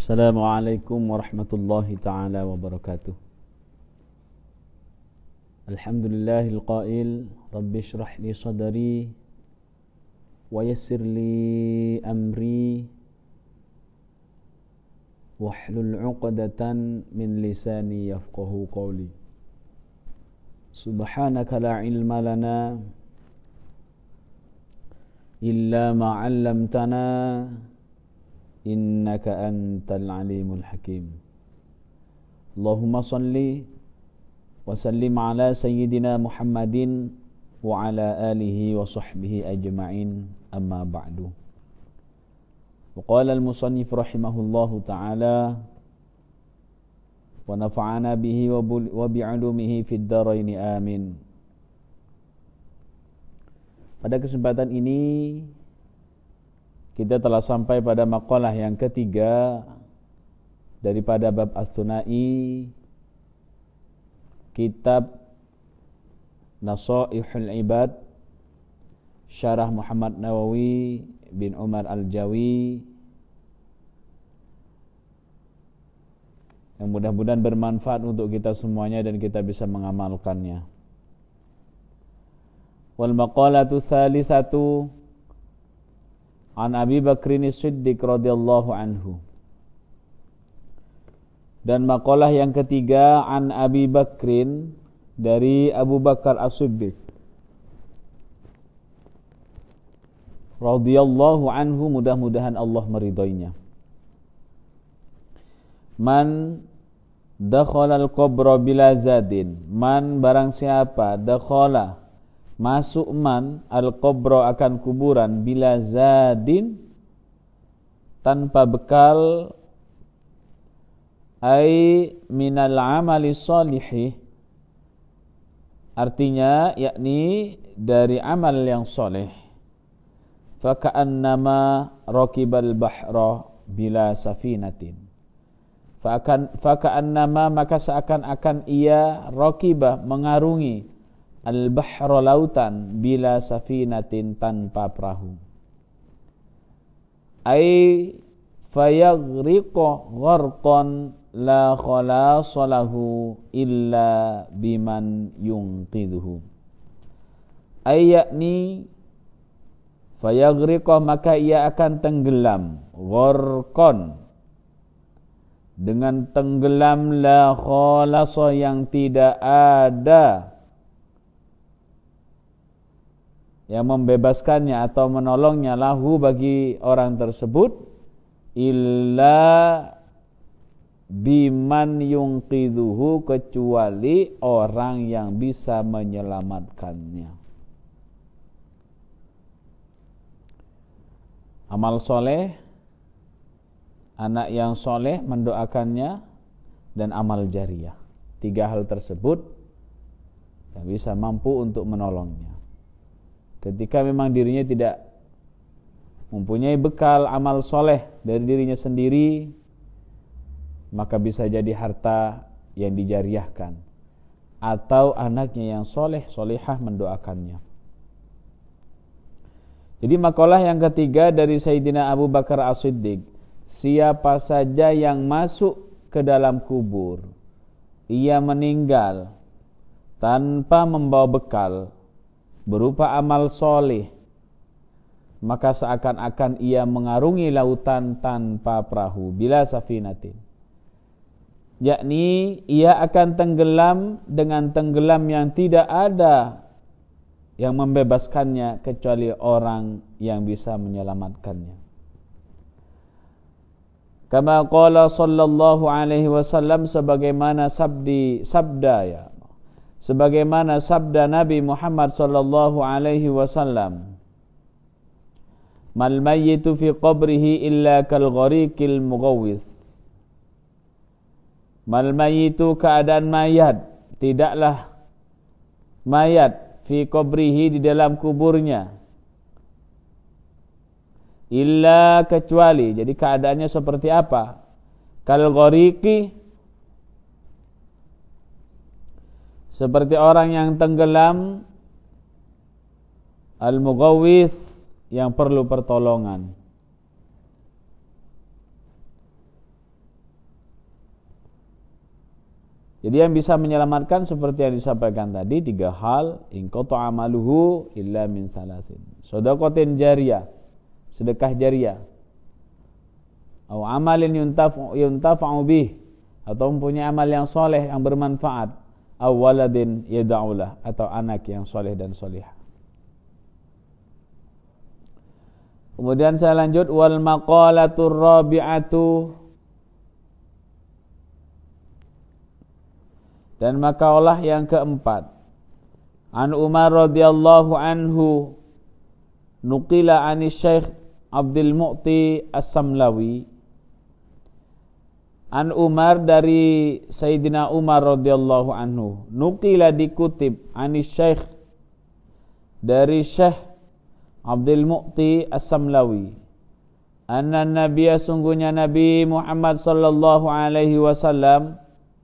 Assalamualaikum warahmatullahi ta'ala wabarakatuh. Alhamdulillahil qail Rabbi shrah li sadri wa yassir li amri wahlul 'uqdatan min lisani yafqahu qawli. Subhanaka la ilma lana illa ma 'allamtana innaka antal alimul hakim. Allahumma salli wa sallim ala sayyidina Muhammadin wa ala alihi wa sahbihi ajma'in, amma ba'du. Wa qala al-musannif rahimahullahu ta'ala wa nafa'ana bihi wa bi'ulumihi fid dharain amin. Pada kesempatan ini kita telah sampai pada maqalah yang ketiga daripada bab Ats-Tsunai, kitab Nasaihul Ibad, syarah Muhammad Nawawi bin Umar Al-Jawi, yang mudah-mudahan bermanfaat untuk kita semuanya dan kita bisa mengamalkannya. Wal maqalatu tsalitsatu an Abi Bakrin As-Siddiq radhiyallahu anhu. Dan maqalah yang ketiga an Abi Bakrin, dari Abu Bakar As-Siddiq radhiyallahu anhu, mudah-mudahan Allah meridhoinya. Man dakhala al-qabra bila zadin, man barang siapa, dakhala masuk, man al-qabra akan kuburan, bila zadin tanpa bekal, ai minal amali sholihi, artinya yakni dari amal yang soleh, faka'annama raqibal bahra bila safinatin, faka'annama maka seakan-akan ia raqibah mengarungi, al-bahra lautan, bila safinatin tanpa perahu, ai fayaghriqu gharqan la khalasa lahu illa biman yunqidhuhu, ai yakni fayaghriqu maka ia akan tenggelam, gharqan dengan tenggelam, la khalasa yang tidak ada yang membebaskannya atau menolongnya, lahu bagi orang tersebut, illa biman yunqidhuhu kecuali orang yang bisa menyelamatkannya. Amal soleh, anak yang soleh mendoakannya, dan amal jariyah. Tiga hal tersebut yang bisa mampu untuk menolongnya. Ketika memang dirinya tidak mempunyai bekal amal soleh dari dirinya sendiri, maka bisa jadi harta yang dijariahkan atau anaknya yang soleh, solehah mendoakannya. Jadi makalah yang ketiga dari Sayyidina Abu Bakar As-Siddiq, siapa saja yang masuk ke dalam kubur, ia meninggal tanpa membawa bekal berupa amal soleh, maka seakan-akan ia mengarungi lautan tanpa perahu, bila safinatin, yakni ia akan tenggelam dengan tenggelam yang tidak ada yang membebaskannya kecuali orang yang bisa menyelamatkannya. Kama qala sallallahu alaihi wasallam, sebagaimana sebagaimana sabda Nabi Muhammad sallallahu alaihi wasallam, mal mayyitu fi qabrihi illa kal ghariqil mughawwith. Mal mayyitu, keadaan mayat, tidaklah mayat, fi qabrihi di dalam kuburnya, illa kecuali, jadi keadaannya seperti apa? Kal ghariqi, seperti orang yang tenggelam, al-mughawwith, yang perlu pertolongan. Jadi yang bisa menyelamatkan seperti yang disampaikan tadi 3 hal, in qata'a amaluhu illa min salasin. Shadaqatin jariyah, sedekah jariyah. Atau amalin yuntafa'u bih, atau mempunyai amal yang soleh yang bermanfaat. Aw waladin yad'ulah, atau anak yang soleh dan solihah. Kemudian saya lanjut, wal maqalatur rabi'atu, dan makalah yang keempat, an Umar radhiyallahu anhu nuqila anis Syekh Abdul Mu'ti As-Samlawi. An Umar, dari Sayyidina Umar radhiyallahu anhu, nuqila dikutip, anis Syekh, dari Syekh Abdul Mu'ti As-Samlawi, anna nabiyya, sungguhnya Nabi Muhammad sallallahu alaihi wasallam,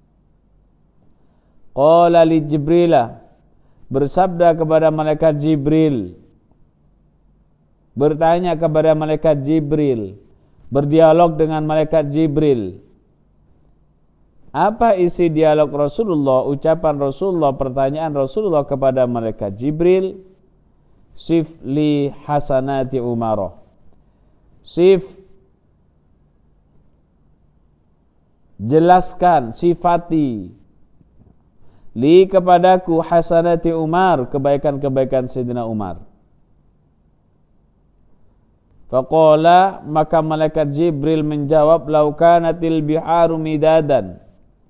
qala li Jibrilah, bersabda kepada malaikat Jibril, bertanya kepada malaikat Jibril, berdialog dengan malaikat Jibril. Apa isi dialog Rasulullah, ucapan Rasulullah, pertanyaan Rasulullah kepada malaikat Jibril? Sif li hasanati Umar, sif, jelaskan, sifati, li kepadaku, hasanati Umar, kebaikan-kebaikan Sayyidina Umar. Faqala, maka malaikat Jibril menjawab, lau kanatil biharu midadan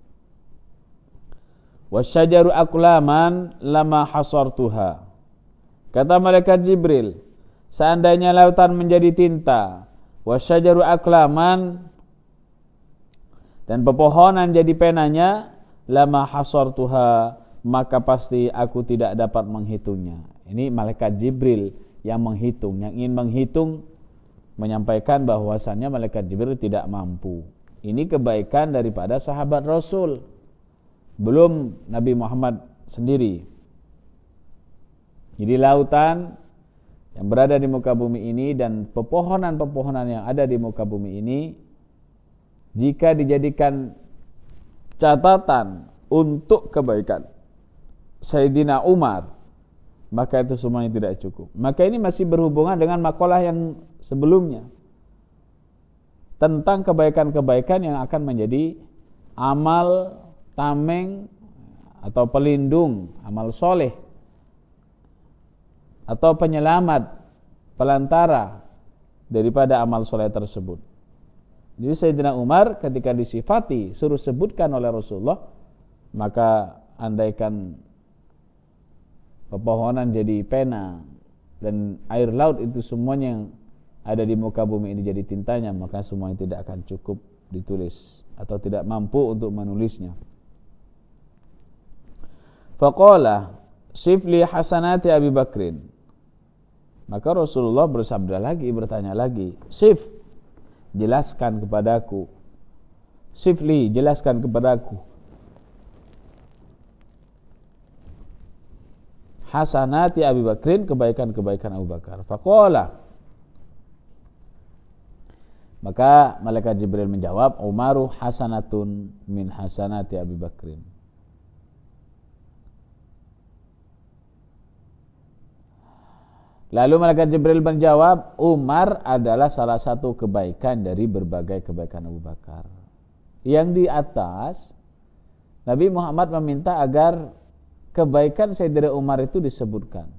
wasyajaru aklaman lama hasartuha. Kata malaikat Jibril, seandainya lautan menjadi tinta, wasyajaru aklaman, dan pepohonan jadi penanya, lama hasartuha, maka pasti aku tidak dapat menghitungnya. Ini malaikat Jibril yang menghitung, yang ingin menghitung, menyampaikan bahwasannya malaikat Jibril tidak mampu. Ini kebaikan daripada sahabat Rasul, belum Nabi Muhammad sendiri. Jadi lautan yang berada di muka bumi ini dan pepohonan-pepohonan yang ada di muka bumi ini, jika dijadikan catatan untuk kebaikan Sayyidina Umar, maka itu semuanya tidak cukup. Maka ini masih berhubungan dengan makalah yang sebelumnya, tentang kebaikan-kebaikan yang akan menjadi amal tameng atau pelindung, amal soleh, atau penyelamat, pelantara daripada amal soleh tersebut. Jadi Sayyidina Umar ketika disifati, suruh sebutkan oleh Rasulullah, maka andaikan pepohonan jadi pena dan air laut itu semuanya yang ada di muka bumi ini jadi tintanya, maka semuanya tidak akan cukup ditulis atau tidak mampu untuk menulisnya. Faqala sifli hasanati Abi Bakrin. Maka Rasulullah bersabda lagi, bertanya lagi, sif, jelaskan kepadaku, sifli, jelaskan kepadaku, hasanati Abi Bakrin, kebaikan-kebaikan Abu Bakar. Faqala, maka malaikat Jibril menjawab, Umaru hasanatun min hasanati Abi Bakrin. Lalu malaikat Jibril menjawab, Umar adalah salah satu kebaikan dari berbagai kebaikan Abu Bakar. Yang di atas, Nabi Muhammad meminta agar kebaikan Sayyidina Umar itu disebutkan.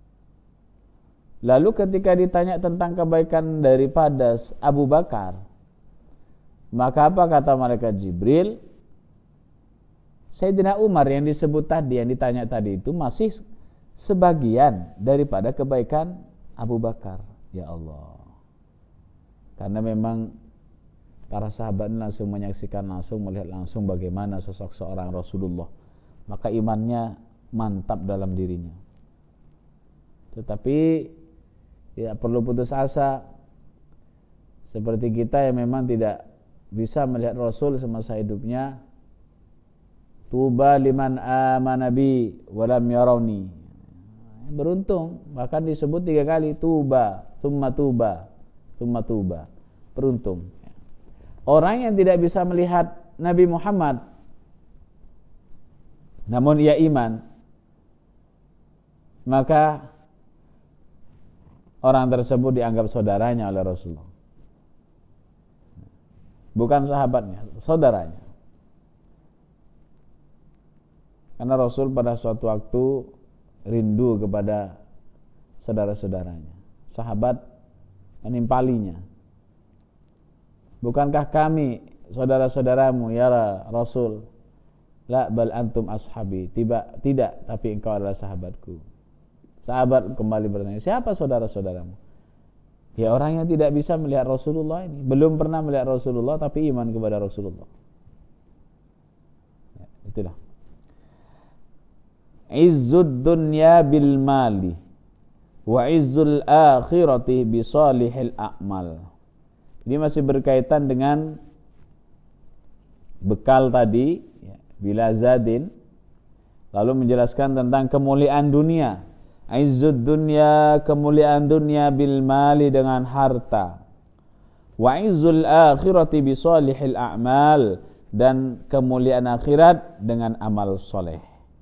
Lalu ketika ditanya tentang kebaikan daripada Abu Bakar, maka apa kata malaikat Jibril? Sayyidina Umar yang disebut tadi, yang ditanya tadi itu masih sebagian daripada kebaikan Abu Bakar. Ya Allah. Karena memang para sahabat langsung menyaksikan langsung, melihat langsung bagaimana sosok seorang Rasulullah. Maka imannya mantap dalam dirinya. Tetapi tidak perlu putus asa. Seperti kita yang memang tidak bisa melihat Rasul semasa hidupnya. Tuba liman amana bi walam yarawni. Beruntung, bahkan disebut 3 kali, tuba, summa tuba, summa tuba. Beruntung. Orang yang tidak bisa melihat Nabi Muhammad namun ia iman, maka orang tersebut dianggap saudaranya oleh Rasulullah. Bukan sahabatnya, saudaranya. Karena Rasul pada suatu waktu rindu kepada saudara-saudaranya. Sahabat menimpalinya. Bukankah kami saudara-saudaramu ya Rasul? La bal antum ashabi. Tidak, tapi engkau adalah sahabatku. Sahabat kembali bertanya, siapa saudara-saudaramu? Ya orang yang tidak bisa melihat Rasulullah ini. Belum pernah melihat Rasulullah tapi iman kepada Rasulullah. Ya, itulah. Izzud dunya bil mali wa izzul akhirati bi salihil a'mal. Ini masih berkaitan dengan bekal tadi ya, bila zadin, lalu menjelaskan tentang kemuliaan dunia. Izzud dunya, kemuliaan dunia bil mali dengan harta. Wa izzul akhirati bi salihil a'mal, dan kemuliaan akhirat dengan amal soleh.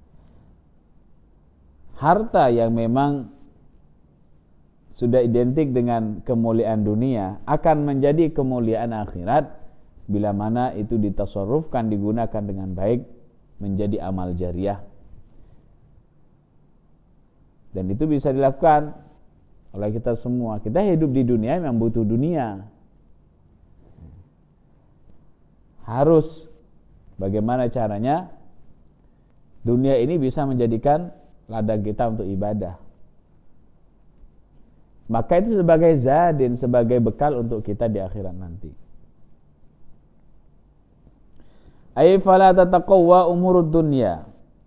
Harta yang memang sudah identik dengan kemuliaan dunia akan menjadi kemuliaan akhirat bila mana itu ditasarrufkan, digunakan dengan baik menjadi amal jariah. Dan itu bisa dilakukan oleh kita semua. Kita hidup di dunia memang butuh dunia. Harus bagaimana caranya dunia ini bisa menjadikan ladang kita untuk ibadah. Maka itu sebagai zadin, sebagai bekal untuk kita di akhirat nanti. Ay fala tataqawwa umurud dunya.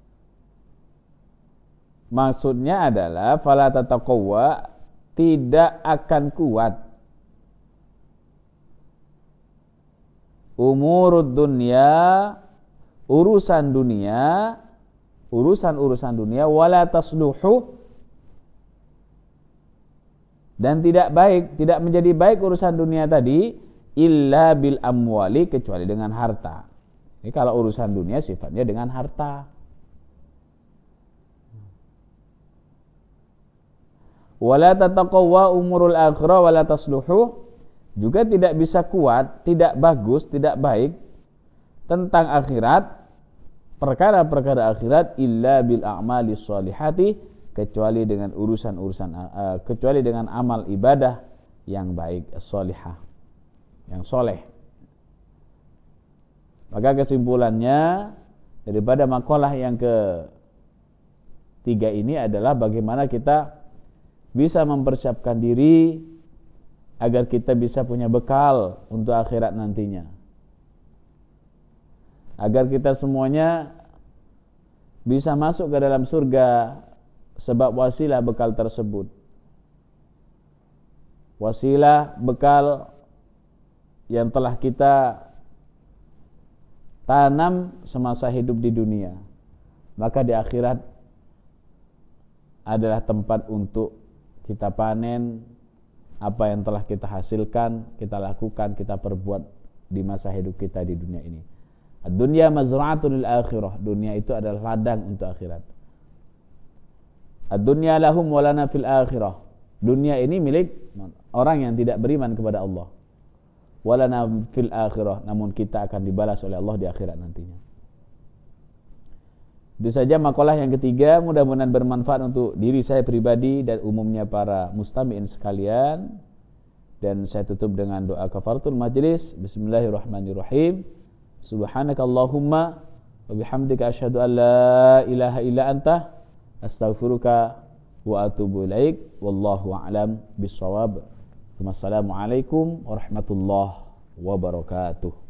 Maksudnya adalah fala tataqawwa, tidak akan kuat umurud dunya, urusan dunia, urusan dunia, wala tasluhu, dan tidak baik, tidak menjadi baik urusan dunia tadi illa bil amwali, kecuali dengan harta. Ini kalau urusan dunia sifatnya dengan harta. Wala tataqawwa umurul akhirah wala tasluhu, juga tidak bisa kuat, tidak bagus, tidak baik tentang akhirat, perkara-perkara akhirat illa bil a'mali sholihati, kecuali dengan kecuali dengan amal ibadah yang baik, sholihah, yang soleh. Maka kesimpulannya daripada makalah yang ketiga ini adalah bagaimana kita bisa mempersiapkan diri agar kita bisa punya bekal untuk akhirat nantinya. Agar kita semuanya bisa masuk ke dalam surga sebab wasilah bekal tersebut. Wasilah bekal yang telah kita tanam semasa hidup di dunia. Maka di akhirat adalah tempat untuk kita panen apa yang telah kita hasilkan, kita lakukan, kita perbuat di masa hidup kita di dunia ini. Ad-dunya mazra'atun lil akhirah. Dunia itu adalah ladang untuk akhirat. Ad-dunya lahum wa lana fil akhirah. Dunia ini milik orang yang tidak beriman kepada Allah. Wa lana fil akhirah, namun kita akan dibalas oleh Allah di akhirat nantinya. Itu saja makalah yang ketiga, mudah-mudahan bermanfaat untuk diri saya pribadi dan umumnya para mustami'in sekalian. Dan saya tutup dengan doa kafaratul majlis. Bismillahirrahmanirrahim. Subhanakallahumma wa bihamdika asyhadu an la ilaha illa anta astaghfiruka wa atubu ilaik. Wallahu a'lam bissawab. Wassalamualaikum warahmatullahi wabarakatuh.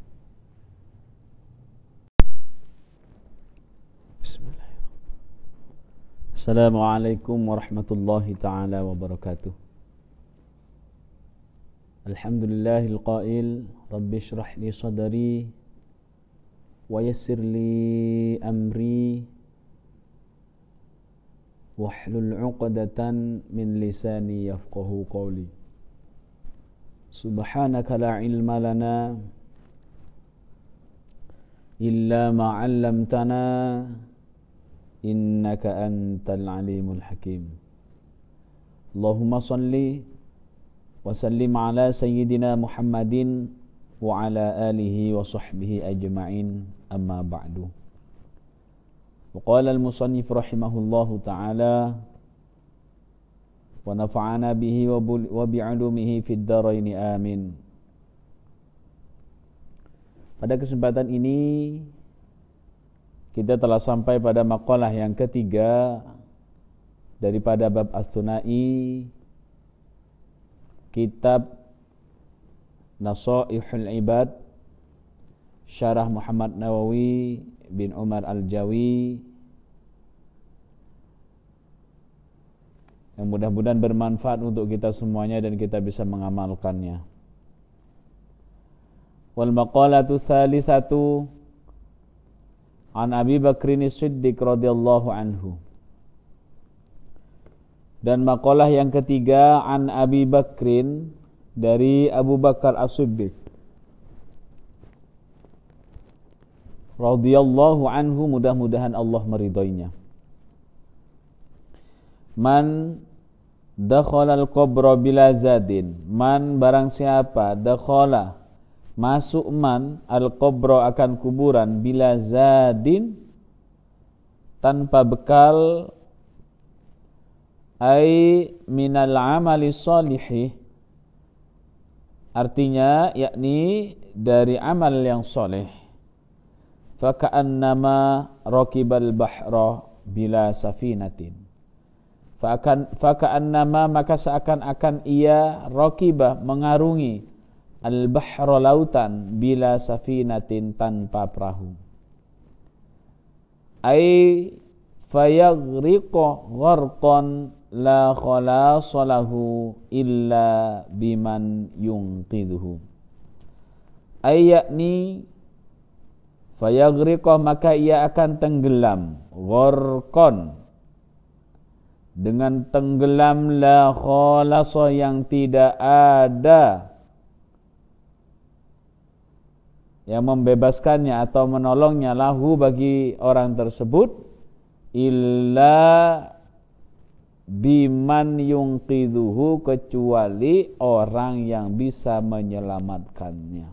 Assalamualaikum warahmatullahi ta'ala wabarakatuh. Alhamdulillahil qail Rabbi shrah li sadri wa yassir li amri wahlul 'uqdatan min lisani yafqahu qawli. Subhanaka la ilma lana illa ma 'allamtana إنك أنت العليم الحكيم. اللهم صل وسلم على سيدنا محمد وعلى آله وصحبه أجمعين. أما بعد. وقال المصنف رحمه الله تعالى ونفعنا به وبعلومه في الدارين آمين. Pada kesempatan ini kita telah sampai pada maqalah yang ketiga daripada bab Ats-Tsunai, kitab Nasaihul Ibad, Syarah Muhammad Nawawi bin Umar Al-Jawi, yang mudah-mudahan bermanfaat untuk kita semuanya dan kita bisa mengamalkannya. Wal maqalatu tsalitsatu an Abi Bakrin As-Siddiq radhiyallahu anhu. Dan maqalah yang ketiga an Abi Bakrin, dari Abu Bakar As-Siddiq radhiyallahu anhu, mudah-mudahan Allah meridhoinya. Man dakhala al-qabra bila zadin, man barang siapa, dakhala masuk, man al-qabra akan kuburan, bila zadin tanpa bekal, ai minal amali sholihi, artinya yakni dari amal yang soleh, faka'annama raqibal bahra bila safinatin, faka'annama maka seakan-akan ia raqibah mengarungi al-bahra lautan, bila safinatin tanpa perahu, ai fayaghriqu gharqan la khalasa lahu illa biman yunqidhuhu, ay yakni fayaghriqu maka ia akan tenggelam, gharqan dengan tenggelam, la khalasa yang tidak ada yang membebaskannya atau menolongnya, lahu bagi orang tersebut, illa biman yunqidhuhu kecuali orang yang bisa menyelamatkannya.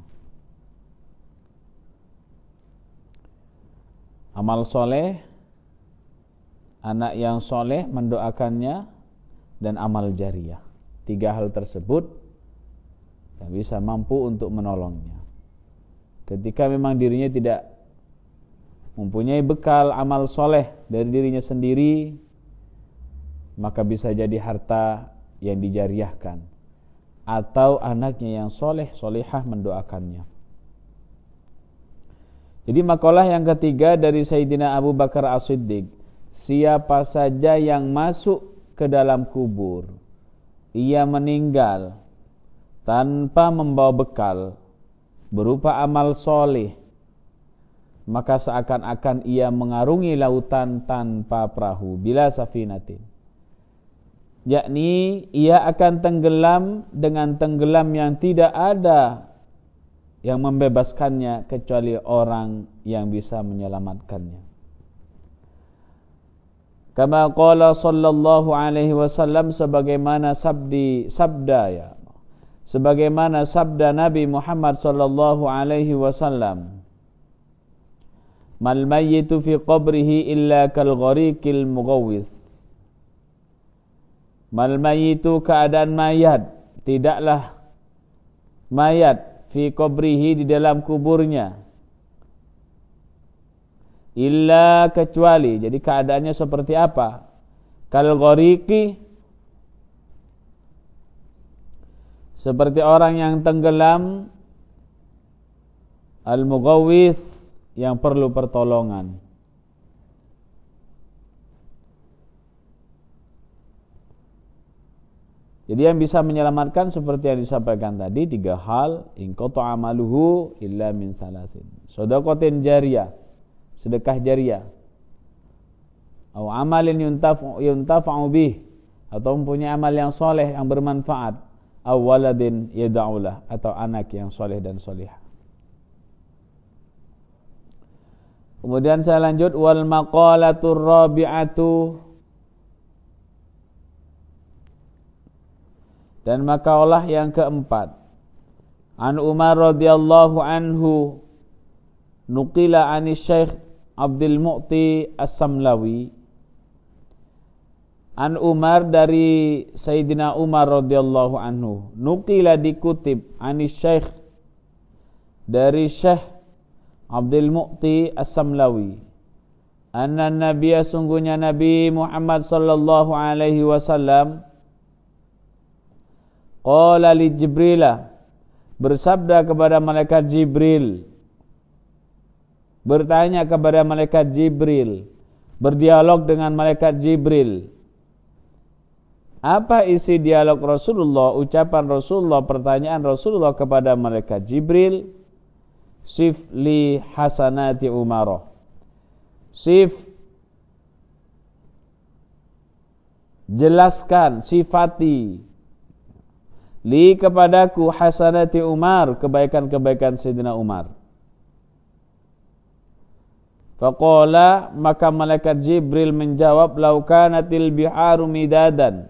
Amal soleh, anak yang soleh mendoakannya, dan amal jariyah. Tiga hal tersebut yang bisa mampu untuk menolongnya. Ketika memang dirinya tidak mempunyai bekal amal soleh dari dirinya sendiri, maka bisa jadi harta yang dijariahkan atau anaknya yang soleh, solehah mendoakannya. Jadi makalah yang ketiga dari Sayyidina Abu Bakar As-Siddiq, siapa saja yang masuk ke dalam kubur, ia meninggal tanpa membawa bekal berupa amal soleh, maka seakan-akan ia mengarungi lautan tanpa perahu, bila safinatin, yakni ia akan tenggelam dengan tenggelam yang tidak ada yang membebaskannya kecuali orang yang bisa menyelamatkannya. Kama qala sallallahu alaihi wasallam, sebagaimana sebagaimana sabda Nabi Muhammad sallallahu alaihi wasallam, mal mayyitu fi qabrihi illa kal ghariqil mughawwith. Mal mayyitu keadaan mayat, tidaklah mayat fi qabrihi di dalam kuburnya, illa kecuali, jadi keadaannya seperti apa? Kal ghariqi, seperti orang yang tenggelam, al mughawwith yang perlu pertolongan. Jadi yang bisa menyelamatkan seperti yang disampaikan tadi, tiga hal, in qata amaluhu illa min salasin, shadaqatin jariyah, sedekah jariyah, atau amalin yuntafa'u bih, atau mempunyai amal yang soleh yang bermanfaat, aw waladin yad'ulah, atau anak yang soleh dan solihah. Kemudian saya lanjut, wal maqalatur rabi'atu, dan makalah yang keempat, an Umar radhiyallahu anhu nuqila anis Syekh Abdul Mu'ti As-Samlawi, an Umar dari Sayyidina Umar radhiyallahu anhu, nuqila dikutip anis Syekh dari Syekh Abdul Mu'ti As-Samlawi, anna nabiyya, sungguhnya Nabi Muhammad sallallahu alaihi wasallam, qala li Jibril, bersabda kepada malaikat Jibril, bertanya kepada malaikat Jibril, berdialog dengan malaikat Jibril. Apa isi dialog Rasulullah, ucapan Rasulullah, pertanyaan Rasulullah kepada malaikat Jibril? Sif li hasanati Umar, sif, jelaskan, sifati, li kepadaku, hasanati Umar, kebaikan-kebaikan Sayyidina Umar. Faqala, maka malaikat Jibril menjawab, lau kanatil biharu midadan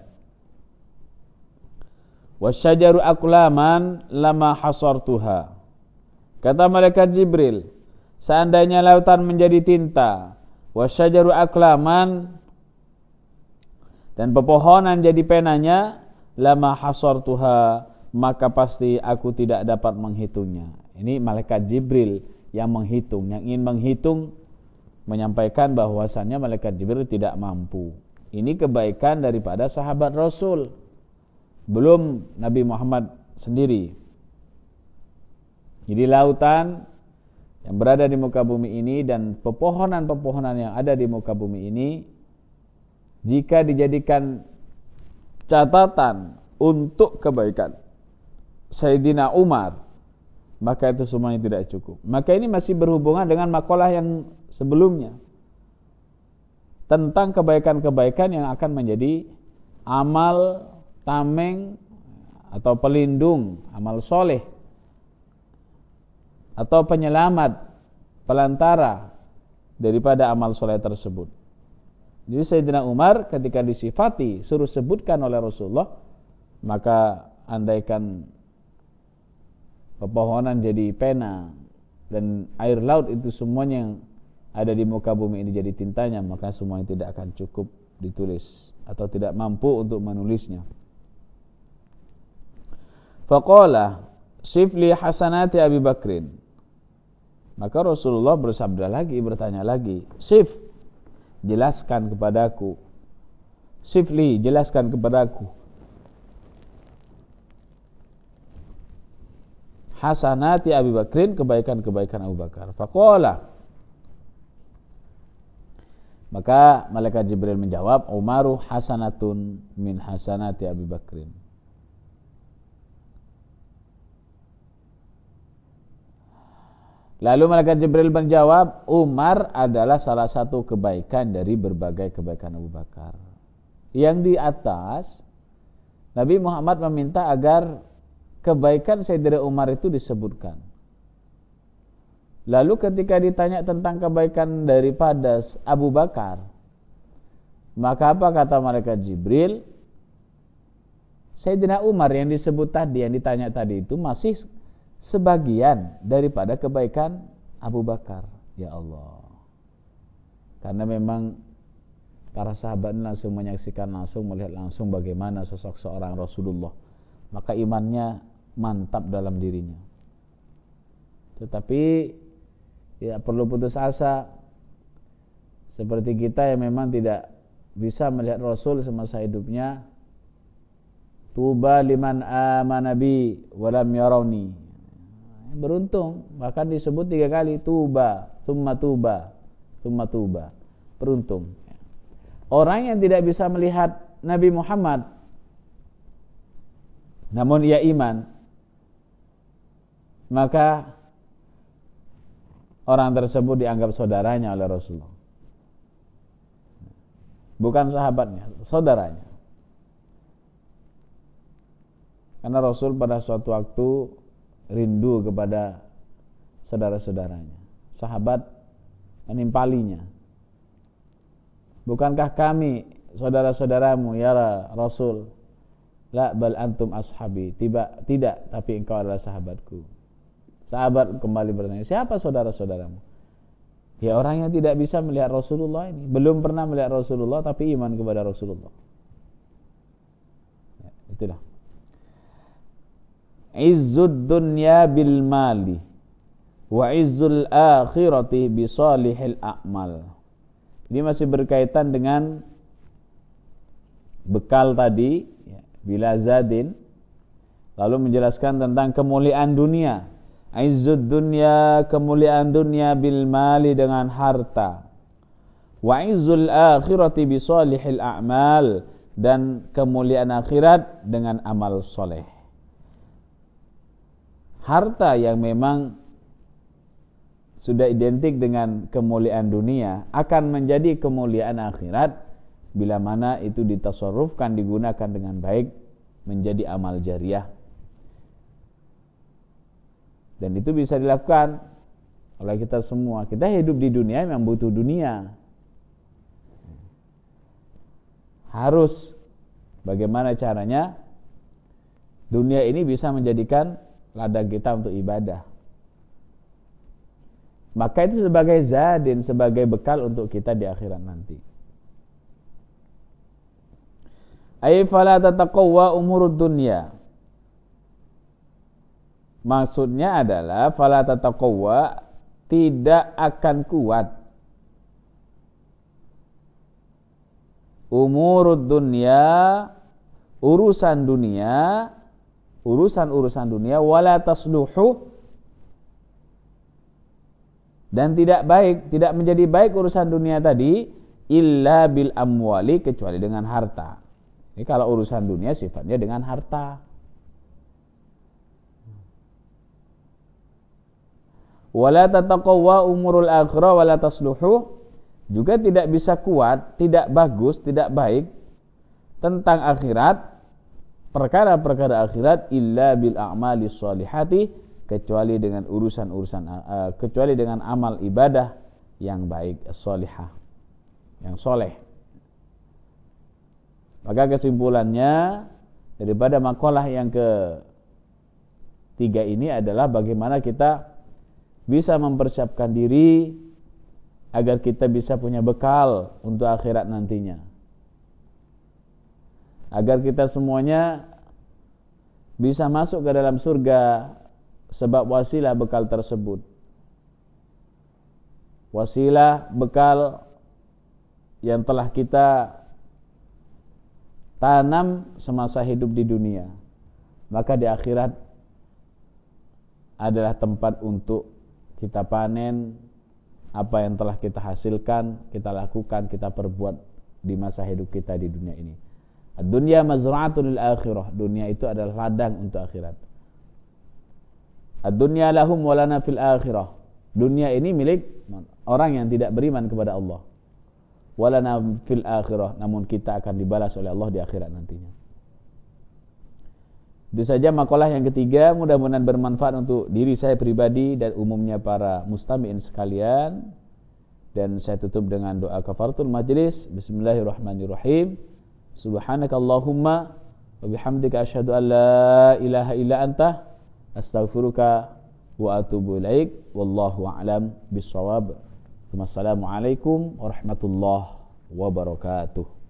wasyajaru aklaman lama hasartuha. Kata malaikat Jibril, seandainya lautan menjadi tinta, wasyajaru aklaman, dan pepohonan jadi penanya, lama hasartuha, maka pasti aku tidak dapat menghitungnya. Ini malaikat Jibril yang menghitung, yang ingin menghitung, menyampaikan bahwasannya malaikat Jibril tidak mampu. Ini kebaikan daripada sahabat Rasul, belum Nabi Muhammad sendiri. Jadi lautan yang berada di muka bumi ini dan pepohonan-pepohonan yang ada di muka bumi ini, jika dijadikan catatan untuk kebaikan Sayyidina Umar, maka itu semuanya tidak cukup. Maka ini masih berhubungan dengan makalah yang sebelumnya, tentang kebaikan-kebaikan yang akan menjadi amal tameng atau pelindung, amal soleh atau penyelamat, pelantara daripada amal soleh tersebut. Jadi Sayyidina Umar ketika disifati, suruh sebutkan oleh Rasulullah, maka andaikan pepohonan jadi pena dan air laut itu semuanya yang ada di muka bumi ini jadi tintanya, maka semuanya tidak akan cukup ditulis atau tidak mampu untuk menulisnya. Faqala sifli hasanati Abi Bakrin, maka Rasulullah bersabda lagi, bertanya lagi, sif, jelaskan kepadaku, sifli, jelaskan kepadaku, hasanati Abi Bakrin, kebaikan-kebaikan Abu Bakar. Faqala, maka malaikat Jibril menjawab, Umaru hasanatun min hasanati Abi Bakrin. Lalu malaikat Jibril menjawab, Umar adalah salah satu kebaikan dari berbagai kebaikan Abu Bakar. Yang di atas, Nabi Muhammad meminta agar kebaikan Sayyidina Umar itu disebutkan. Lalu ketika ditanya tentang kebaikan daripada Abu Bakar, maka apa kata malaikat Jibril? Sayyidina Umar yang disebut tadi, yang ditanya tadi itu masih sebagian daripada kebaikan Abu Bakar. Ya Allah. Karena memang para sahabat langsung menyaksikan langsung, melihat langsung bagaimana sosok seorang Rasulullah, maka imannya mantap dalam dirinya. Tetapi tidak perlu putus asa, seperti kita yang memang tidak bisa melihat Rasul semasa hidupnya. Tuba liman amana bi walam yarawni, beruntung, bahkan disebut 3 kali, tuba, summa tuba, summa tuba, beruntung. Orang yang tidak bisa melihat Nabi Muhammad, namun ia iman, maka orang tersebut dianggap saudaranya oleh Rasulullah. Bukan sahabatnya, saudaranya. Karena Rasul pada suatu waktu rindu kepada saudara-saudaranya. Sahabat menimpalinya. Bukankah kami saudara-saudaramu ya Rasul? La bal antum ashabi. Tidak, tapi engkau adalah sahabatku. Sahabat kembali bertanya, siapa saudara-saudaramu? Ya orang yang tidak bisa melihat Rasulullah ini, belum pernah melihat Rasulullah tapi iman kepada Rasulullah. Ya, itulah. Izzud dunya bil mali wa izzul akhirati bi salihil a'mal. Ini masih berkaitan dengan bekal tadi, ya, bila zadin, lalu menjelaskan tentang kemuliaan dunia. Izzud dunya, kemuliaan dunia bil mali dengan harta. Wa izzul akhirati bi salihil a'mal, dan kemuliaan akhirat dengan amal soleh. Harta yang memang sudah identik dengan kemuliaan dunia akan menjadi kemuliaan akhirat bila mana itu ditasarrufkan, digunakan dengan baik menjadi amal jariah. Dan itu bisa dilakukan oleh kita semua. Kita hidup di dunia memang butuh dunia. Harus bagaimana caranya dunia ini bisa menjadikan ladang kita untuk ibadah. Maka itu sebagai zadin, sebagai bekal untuk kita di akhirat nanti. Ay fala tataqawwa umurud dunya. Maksudnya adalah fala tataqawwa, tidak akan kuat umurud dunya, urusan dunia, urusan dunia, wala tasluhu, dan tidak baik, tidak menjadi baik urusan dunia tadi, illa bil amwali, kecuali dengan harta. Ini kalau urusan dunia sifatnya dengan harta. Wala tataqawwa umurul akhirah wala tasluhu, juga tidak bisa kuat, tidak bagus, tidak baik tentang akhirat, perkara-perkara akhirat, illa bil a'mali sholihati, kecuali dengan kecuali dengan amal ibadah yang baik, sholihah, yang soleh. Maka kesimpulannya daripada makalah yang ketiga ini adalah bagaimana kita bisa mempersiapkan diri agar kita bisa punya bekal untuk akhirat nantinya. Agar kita semuanya bisa masuk ke dalam surga sebab wasilah bekal tersebut. Wasilah bekal yang telah kita tanam semasa hidup di dunia. Maka di akhirat adalah tempat untuk kita panen apa yang telah kita hasilkan, kita lakukan, kita perbuat di masa hidup kita di dunia ini. Ad-dunya mazra'atun lil akhirah. Dunia itu adalah ladang untuk akhirat. Ad-dunya lahum wa lana fil akhirah. Dunia ini milik orang yang tidak beriman kepada Allah. Wa lana fil akhirah, namun kita akan dibalas oleh Allah di akhirat nantinya. Itu saja makalah yang ketiga, mudah-mudahan bermanfaat untuk diri saya pribadi dan umumnya para mustami'in sekalian. Dan saya tutup dengan doa kafaratul majlis. Bismillahirrahmanirrahim. Subhanakallahumma wa bihamdika asyhadu an la ilaha illa anta astaghfiruka wa atubu ilaik. Wallahu a'lam bissawab. Wassalamualaikum warahmatullahi wabarakatuh.